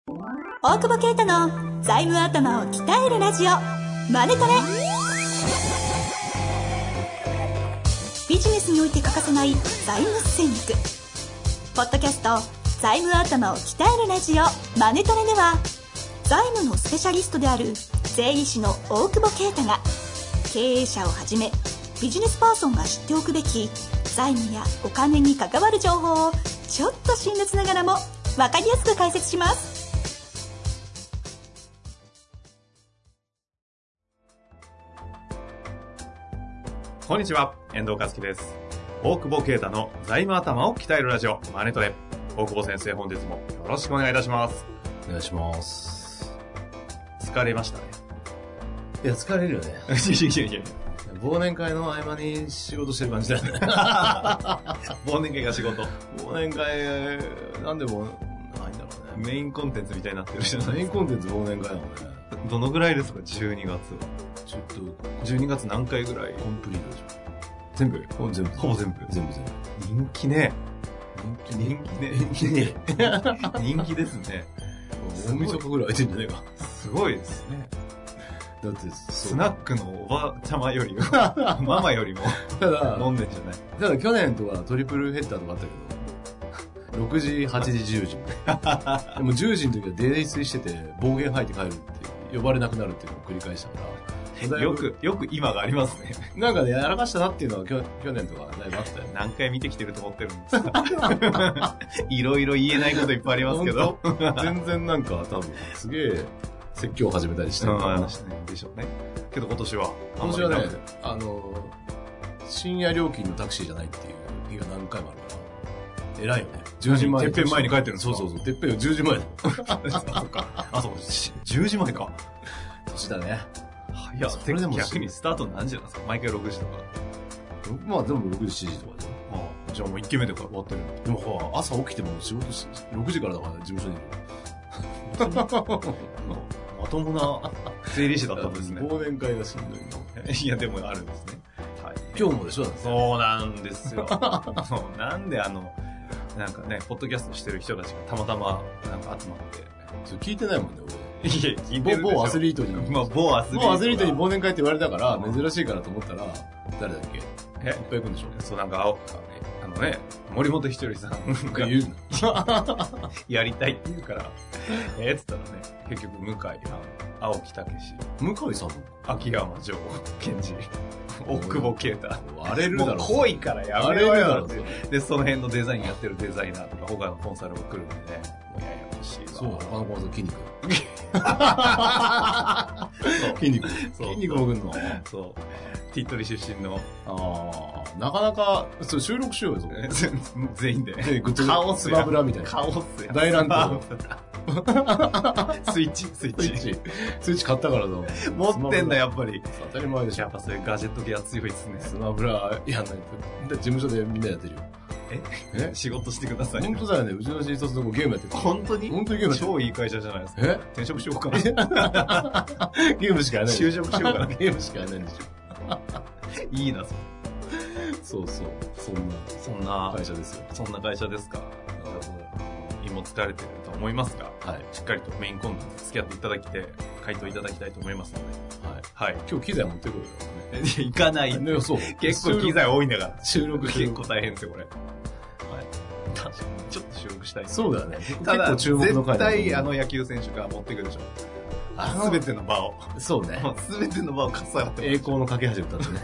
大久保啓太の財務頭を鍛えるラジオマネトレ。ビジネスにおいて欠かせない財務戦略。ポッドキャスト財務頭を鍛えるラジオマネトレでは、財務のスペシャリストである税理士の大久保啓太が、経営者をはじめビジネスパーソンが知っておくべき財務やお金に関わる情報をちょっと辛辣ながらも分かりやすく解説します。 こんにちは、遠藤和樹です。大久保啓太の財務頭を鍛えるラジオマネトレ。大久保先生、本日もよろしくお願いいたします。 お願いします。 疲れましたね。 いや、疲れるよね。 いや忘年会の合間に仕事してる感じだよね。 忘年会が仕事。 忘年会、なんでもないんだろうね。 メインコンテンツみたいになってるじゃないメイですか。 ンコンテンツ忘年会だもんね。 どのぐらいですか、12月は。 ちょっと、 12月何回ぐらい？ コンプリートでしょ。 全部ほぼ全部。全部。 人気ね。 人気ね。 人気ですね。 大晦日ぐらい空いてんじゃないか。 すごいですね。 だってスナックのおばちゃまよりもママよりもただ飲んでんじゃない。 ただ去年とかトリプルヘッダーとかあったけど、6時、8時、10時。でも10時の時は泥酔してて暴言吐いて帰るって呼ばれなくなるっていうのを繰り返したから、 よく今がありますね。 なんかね、やらかしたなっていうのは去年とかだいぶあったよね。 何回見てきてると思ってるんですか。いろいろ言えないこといっぱいありますけど。 全然なんか多分、すげえ説教を始めたりしてるでしょうね。けど今年はね、深夜料金のタクシーじゃないっていう日が何回もあるから、偉いよね。10時前。 てっぺん前に帰ってるんですか。 そう。てっぺん10時前だ。 あ、そう、10時前か。 年だね。 いや、それでも逆にスタート何時なんですか。毎回6時とか。 まあでも6時、7時とかで。 じゃあもう1軒目で終わってる。 でもほら、朝起きても仕事6時からだから事務所にいる。 まともな税理士だったんですね。 忘年会がしんどいの。 いや、でもあるんですね。 はい。今日もでしょ。 そうなんですよ。なんでなんかね、ポッドキャストしてる人たちがたまたまなんか集まって。 それ聞いてないもんね、俺。 いや、聞いてるでしょ。 某アスリートに。 まあ、某アスリートに忘年会って言われたから、珍しいからと思ったら、誰だっけ？いっぱい行くんでしょ。 そう、なんか、森本ひとりさんが言うの。やりたいって言うから、つったらね、結局、向井、青木武史、 向井さんの秋山城、健二、大久保啓太。 荒れるだろ。 もう濃いからやめろよって。で、その辺のデザインやってるデザイナーとか、他のコンサルが来るんでね、もうややこしいわ。 そう、他のコンサル筋肉。 筋肉も来んの。 そう。ティットリ出身の。 なかなか、そう、収録しようよ、 全員で。 カオスバブラみたいな。 カオスや。 大乱闘。 スイッチ買ったからだ。 持ってんだ、やっぱり。 当たり前でしょ。 やっぱそういうガジェット系は強いですね。 スマブラやんないと。事務所でみんなやってるよ。 仕事してください。 本当だよね。うちの新卒の子ゲームやってる。 本当にゲームやってる。 超いい会社じゃないですか。転職しようかな。 ゲームしかやらない。 就職しようかな。 ゲームしかやらないんでしょ。 いいな、 そう。そんな会社ですよ。 そんな会社ですか。胃も疲れてると思いますが、はい、しっかりとメインコンテンツ付き合っていただきて、回答いただきたいと思いますので。はい。今日機材持ってくるよね。行かない。 そう。 結構機材多いんだから。 収録結構大変ですよ、これ。はい。確かに、ちょっと収録したい。 そうだよね。 ただ、絶対野球選手が持ってくるでしょ。すべての場を。 そうね。 すべての場をかさやって栄光の架け橋歌ってね。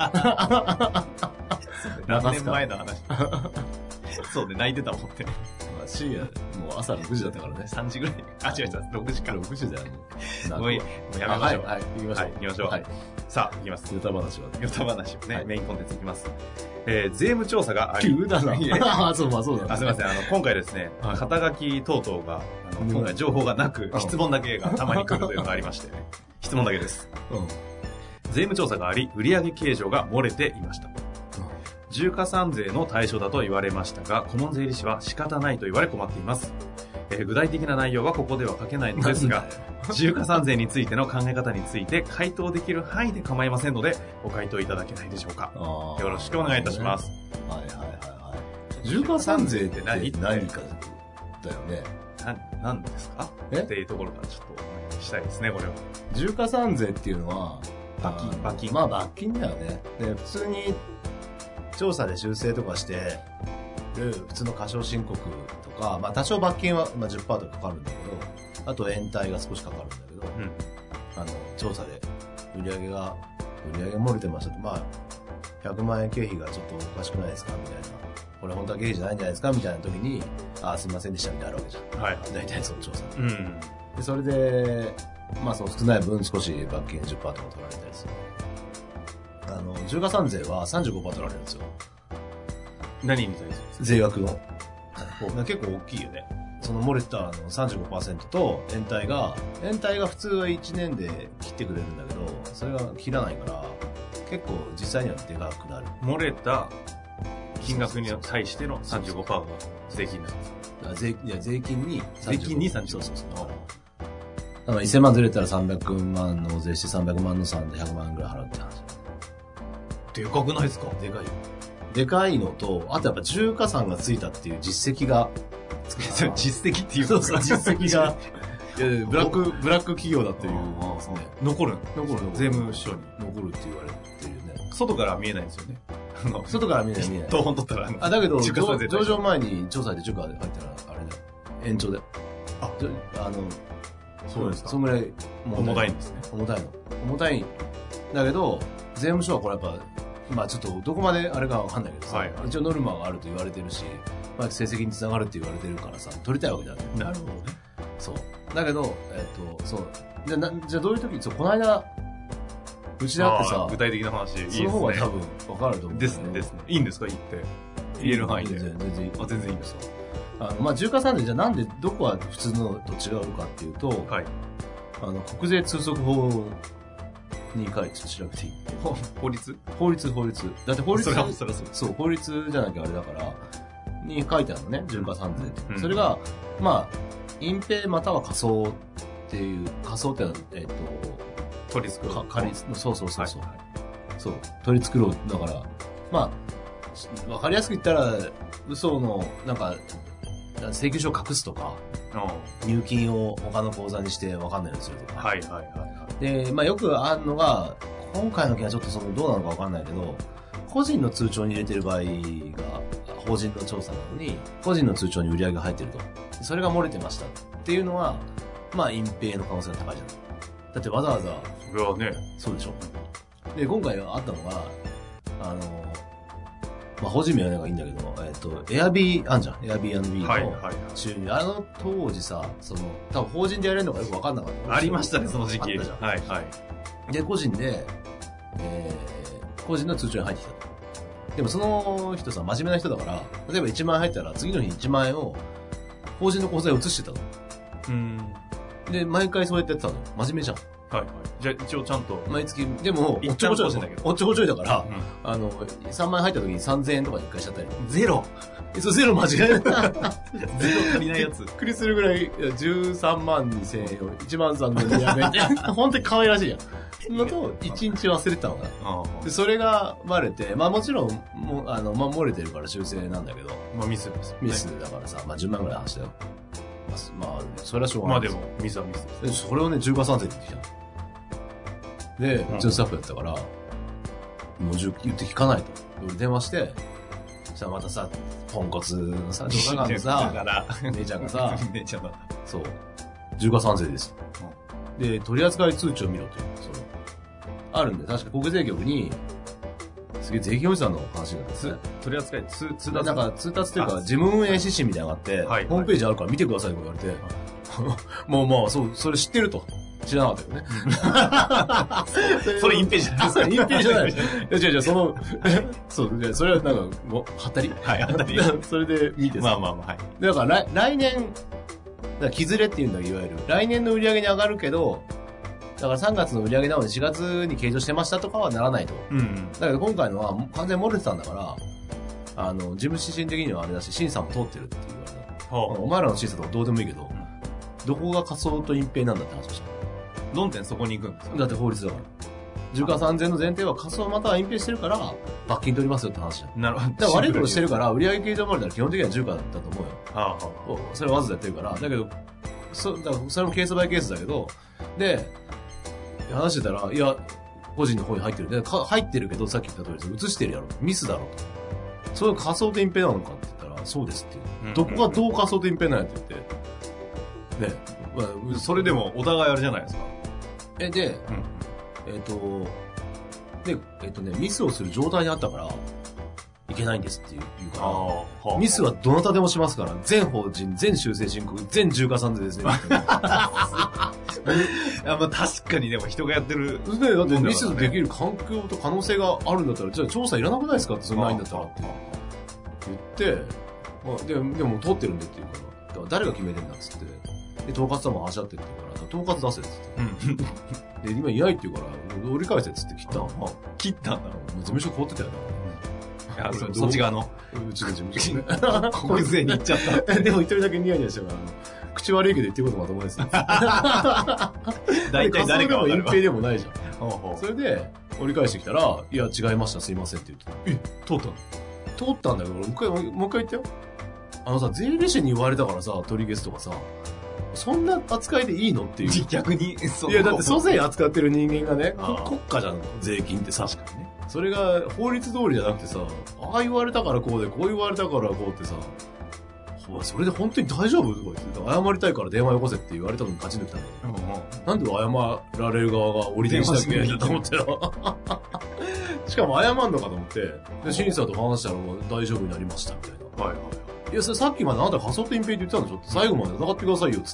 何年前の話。そうで、泣いてたもんね。 深夜、もう朝6時だったからね。 3時ぐらい。違う、6時か。 6時だよ。 もうやめましょう。 はい、行きましょう。 行きましょう。さあ、行きます。 ヨタ話をね、メインコンテンツ行きます。税務調査があり。 急だな。そうだ。 すみません。今回ですね、肩書き等々が、今回情報がなく、質問だけがたまに来るというのがありまして、質問だけです。税務調査があり、売上計上が漏れていました。重加算税の対象だと言われましたが、顧問税理士は仕方ないと言われ困っています。具体的な内容はここでは書けないのですが、重加算税についての考え方について回答できる範囲で構いませんので、ご回答いただけないでしょうか。よろしくお願いいたします。 重加算税って何かだよね。 何ですかっていうところからちょっとしたいですね、これは。 重加算税っていうのは、 罰金。 まあ罰金だよね。で、普通に調査で修正とかしてる普通の過少申告とか、まあ多少罰金は 10% とかかかるんだけど、あと延滞が少しかかるんだけど、調査で売り上げ漏れてましたと、まあ100万円経費がちょっとおかしくないですかみたいな。これ本当は経費じゃないんじゃないですかみたいな時に、すいませんでしたみたいなあるわけじゃん。はい。大体その調査で。で、それで、まあその少ない分少し罰金 10% とか取られたりする。重加算税は 35% 取られるんですよ。 何に対する税額の。結構大きいよね。その漏れた35% と延滞が普通は1年で切ってくれるんだけど、それが切らないから、結構実際にはでかくなる。 漏れた金額に対しての 35% が税金なんですよ。 税金に 35%。 そう。だから1000万ずれたら300万納税して300万の3で100万ぐらい払うって話。 でかくないですか？ でかいよ。でかいのと、あとやっぱ重加算がついたっていう実績が、 実績っていうそう実績が、いやブラック企業だっていうですね。 残る。税務署に。 残るって言われてるね。 外からは見えないんですよね。 外から見えない。 東本取ったら。 だけど、上場前に調査で重加で入ったら、あれだよ。延長で。 そうですか。 そんぐらい重たいんですね。 重たいんだけど、税務署はこれやっぱ、まあちょっとどこまであれかわかんないけどさ、一応ノルマがあると言われてるし、まあ成績につながるって言われてるからさ、取りたいわけだね。 なるほどね。 そう。だけど、そう。じゃあどういう時、この間、うちであってさ、 具体的な話、いいですね。 その方が多分わかると思う。 ですね。いいんですか？言える範囲で。 全然いい。 全然いいんですよ。 まあ重加算税じゃなんでどこは普通のと違うかっていうと、 はい。 国税通則法に書いて調べていい？ 法律。 だって法律、 そう。 法律じゃなきゃあれだから、に書いてあるのね、重加算税って。それが、まあ、隠蔽または仮装っていう、仮装ってのは、 取り繕う。 そう。そう、取り繕う。だから、まあ、わかりやすく言ったら、嘘の、なんか、請求書を隠すとか、入金を他の口座にしてわかんないようにするとか。で、まあよくあるのが、今回の件はちょっとどうなのかわかんないけど、個人の通帳に入れてる場合が、法人の調査なのに、個人の通帳に売り上げが入ってると。それが漏れてましたっていうのは、まあ隠蔽の可能性が高いじゃん。だってわざわざ。 それはね。 そうでしょ。で、今回あったのが、まあ、法人名はなんかいいんだけど、エアビー、あんじゃん。エアビー&ビーの収入。当時さ、多分法人でやれるのかよくわかんなかった。 ありましたね、その時期。 で、個人の通帳に入ってきたと。でもその人さ、真面目な人だから、例えば1万円入ったら、次の日1万円を法人の口座に移してたの。で、毎回そうやってやってたの。真面目じゃん。 じゃあ一応ちゃんと。 毎月、でも、おっちょこちょいだから、3万円入った時に3000円とかに1回しちゃったり。 ゼロ間違いない。ゼロ足りないやつ。 びっくりするぐらい、13万2000円を1万3000円やめて、本当に可愛らしいやん。のと、1日忘れてたのかな。で、それがバレて、まあもちろん、漏れてるから修正なんだけど。 まあミスです。 ミスだからさ、まあ10万ぐらい話したよ。まあ、それはしょうがない。 まあでも、ミスはミスです。それをね、重加算税って言ってきたの。で、うちのスタッフやったから、もう言って聞かないと。俺電話して、そしたらまたさ、ポンコツのさ、調査官のさ、姉ちゃんがさ、そう、重加算税です。で、取扱通知を見ろという、あるんで、確か国税局に、すげえ税金おじさんの話なんですね。 取り扱い、通達なんか通達というか、事務運営指針みたいなのがあって、ホームページあるから見てくださいと言われて、もうまあ、そう、それ知ってると。知らなかったよね。 それ隠蔽じゃないですか。 隠蔽じゃない。違う、そう、それはなんか、もう、はったり。 はい、はったり。 それで見てさ。まあ、はい。 だから来年、木ずれっていうんだいわゆる。来年の売り上げに上がるけど、だから3月の売り上げなので4月に計上してましたとかはならないと。だけど今回のは完全に漏れてたんだから、事務指針的にはあれだし、審査も通ってるって言われた。お前らの審査とかどうでもいいけど、どこが仮想と隠蔽なんだって話をした。 論点そこに行くんですか？ だって法律だか重加算税の前提は仮想または隠蔽してるから罰金取りますよって話じゃん。 なるほど。 だから悪いことしてるから売上計上までなら基本的には重加だったと思うよ。 はあ、 それはわざとやってるから。だけど、だからそれもケースバイケースだけど、で、話してたら、いや、個人の方に入ってる。入ってるけど、さっき言った通りです。映してるやろ。ミスだろと。それ仮想と隠蔽なのかって言ったら、そうですっていう。どこがどう仮想と隠蔽なんやって言って。ね。 まあ、それでもお互いあれじゃないですか。 で、ミスをする状態にあったから、いけないんですって言うから、ミスはどなたでもしますから、全法人、全修正申告、全重加算税ですね。 まあ確かにでも人がやってる。 ね、だってミスできる環境と可能性があるんだったら、じゃあ調査いらなくないですかって、そんないんだったらって言って、まあ、でも通ってるんでって言うから、だから誰が決めてんだっつって、で、統括さんも話し合ってって言うから、統括出せっつって。で、今いないって言うから、折り返せっつって切ったの。 切ったんだ。 もう事務所凍ってたよな。 そっち側の。 うちの事務所ね。 国税に行っちゃった。 でも一人だけニヤニヤしてるから、口悪いけど言ってることまともですよ。 大体誰かわかる。隠蔽でもないじゃん。 ほうそれで、折り返してきたら、いや、違いました、すいませんって言ってた。 通ったの？ 通ったんだけど、もう一回言ってよ。税理士に言われたからさ、取り消すとかさ、そんな扱いでいいのっていう。 逆に、 いや、だって租税扱ってる人間がね、国家じゃん、税金ってさ。 確かにね。 それが法律通りじゃなくてさ、ああ言われたからこうで、こう言われたからこうってさ、それで本当に大丈夫とか言って、謝りたいから電話よこせって言われたのに勝ち抜きたの。なんで謝られる側が折り電しなきゃいけないんだと思ってよ。しかも謝んのかと思って、で、審査と話したらもう大丈夫になりましたみたいな。はいはい。いや、それさっきまであなた仮想と隠蔽って言ってたんでしょって最後まで戦ってくださいよ、つって。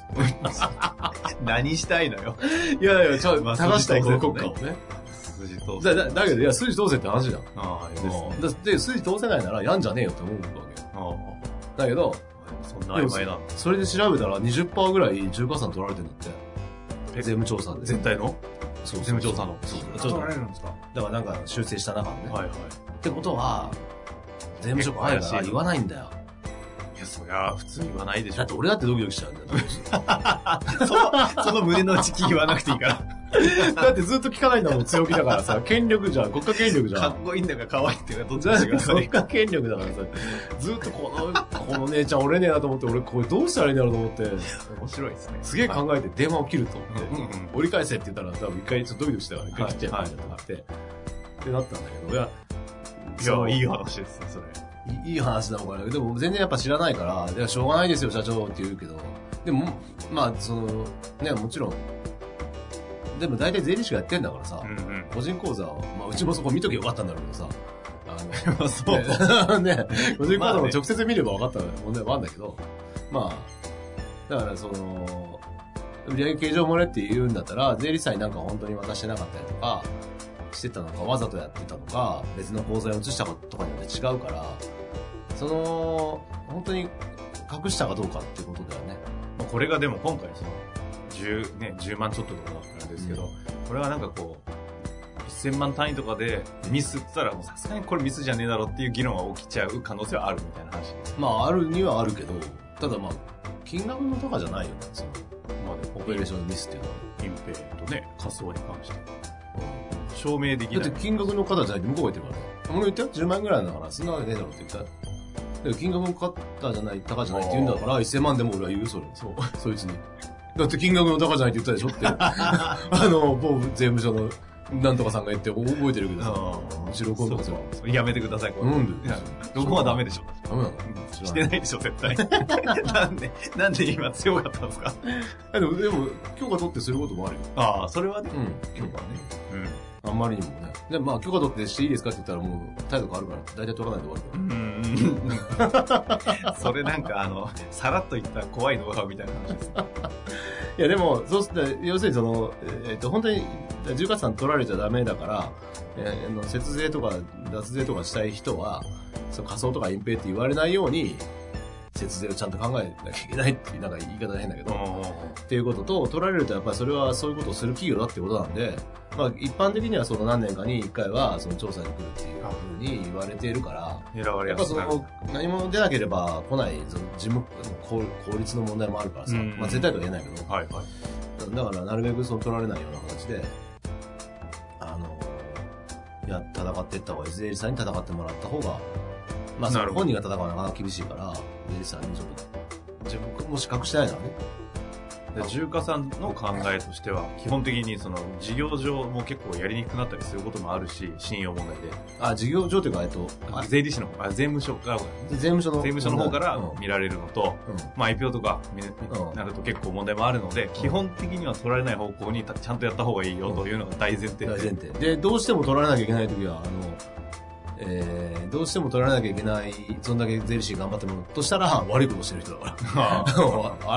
何したいのよ。 いやいや、正したい国家をね。 筋通せ。だけど、いや、筋通せって話じゃん。 ああ、 で、筋通せないならやんじゃねえよって思うわけよ。だけど、 そんな曖昧な。 それで調べたら 20% ぐらい重加算取られてるんだって。税務調査で。 全体の？ そう。 税務調査の。 そう。 取られるんですか？ だからなんか修正した中でね。 はいはい。 ってことは、税務署が早いから言わないんだよ。 いや、そりゃ、普通言わないでしょ。 だって俺だってドキドキしちゃうんだよ。 その胸の内言わなくていいから。 だってずっと聞かないんだもん、強気だからさ。権力じゃん、国家権力じゃん。 かっこいいんだか可愛いんだかどっちだか国家権力だからさ。ずっとこの姉ちゃん折れねえなと思って、俺これどうしたらいいんだろうと思って。 面白いですね。 すげえ考えて電話を切ると思って。折り返せって言ったら多分一回ちょっとドキドキしたから一回切っちゃったんだと思って。ってなったんだけど、 いや、いい話ですね、それ。 いい話なのかな。でも全然やっぱ知らないから、いや、しょうがないですよ、社長って言うけど。でも、まあ、ね、もちろん、でも大体税理士がやってんだからさ、個人口座を、まあ、うちもそこ見とけばよかったんだろうけどさ、 そう。 ね、個人口座も直接見れば分かった問題もあるんだけど、まあ、だから売上計上漏れって言うんだったら、税理士さんになんか本当に渡してなかったりとか、してたのか、わざとやってたのか、別の口座に移したかとかによって違うから、本当に隠したかどうかっていうことだよね。 これがでも今回10万ちょっととかなんですけど、これはなんかこう、1000万単位とかでミスって言ったら、さすがにこれミスじゃねえだろっていう議論が起きちゃう可能性はあるみたいな話です。 まあ、あるにはあるけど、ただまあ、金額のとかじゃないよね、 まあね、 オペレーションのミスっていうのは。 隠蔽とね、仮想に関して。証明できない。 だって金額の方じゃないって向こうが言ってるからね。俺言ったよ、10万円ぐらいだから、そんなわけねえだろって言ったら。金額の方じゃない、高じゃないって言うんだから、1000万でも俺は言う、それ。そう。そいつに。だって金額の高じゃないって言ったでしょって。某税務署のなんとかさんが言って覚えてるけどさ、白コンとかさ。 やめてください、 なんで？ どこはダメでしょ。 ダメなの？ してないでしょ、絶対。なんで今強かったんですか？ でも、許可取ってすることもあるよ。 ああ、それはね。 許可ね。あんまりにもね。で、まあ、許可取ってしていいですかって言ったらもう態度変わるから、大体取らないで終わるよ。それなんかさらっと言った怖いノウハウみたいな話です。 いや、でも、そうすると、要するに本当に、重加算取られちゃダメだから、節税とか脱税とかしたい人は、仮想とか隠蔽って言われないように、節税をちゃんと考えなきゃいけないっていう、なんか言い方変だけど、っていうことと、取られるとやっぱりそれはそういうことをする企業だってことなんで、まあ一般的には何年かに一回は調査に来るっていうふうに言われているから、やっぱ何も出なければ来ない、事務、効率の問題もあるからさ、まあ絶対とは言えないけど、だからなるべく取られないような形で、 戦っていった方がいい。税理士さんに戦ってもらった方が、まあ、 なるほど本人が戦うのはなかなか厳しいから、税理士さんにちょっと、自分もし隠してないならね。 で重華さんの考えとしては、基本的にその事業上も結構やりにくくなったりすることもあるし、信用問題で。 事業上というか、 税理士の、税務署から、 税務署の方から見られるのと、まあ IPO とかなると結構問題もあるので、基本的には取られない方向にちゃんとやった方がいいよというのが大前提で、どうしても取られなきゃいけないときは、どうしても取られなきゃいけない、そんだけ税理士頑張ってもとしたら悪いことしてる人だから。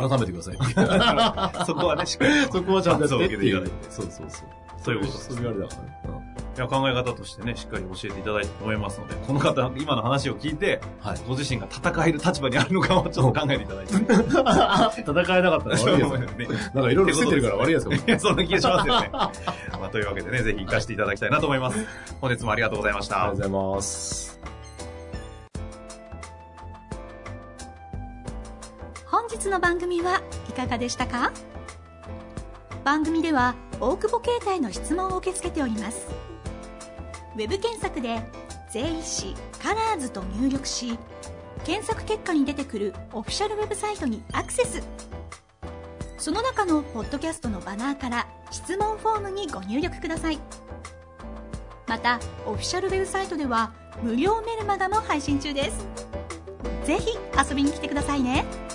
改めてください。 そこはね、しっかり。 そこはちゃんとやってっていう。 そう。 そういうことです。そういうあれだからね。 いや、考え方としてね、しっかり教えていただいたと思いますので、この方、今の話を聞いて、ご自身が戦える立場にあるのかをちょっと考えていただいて。 戦えなかったら悪いやつね。なんかいろいろ伏せてるから悪いやつかも。 いや、そんな気がしますよね。まあ、というわけでね、ぜひ活かしていただきたいなと思います。本日もありがとうございました。 ありがとうございます。 本日の番組はいかがでしたか？番組では大久保携帯の質問を受け付けております。ウェブ検索で税理士カラーズと入力し、検索結果に出てくるオフィシャルウェブサイトにアクセス。その中のポッドキャストのバナーから質問フォームにご入力ください。またオフィシャルウェブサイトでは無料メルマガも配信中です。ぜひ遊びに来てくださいね。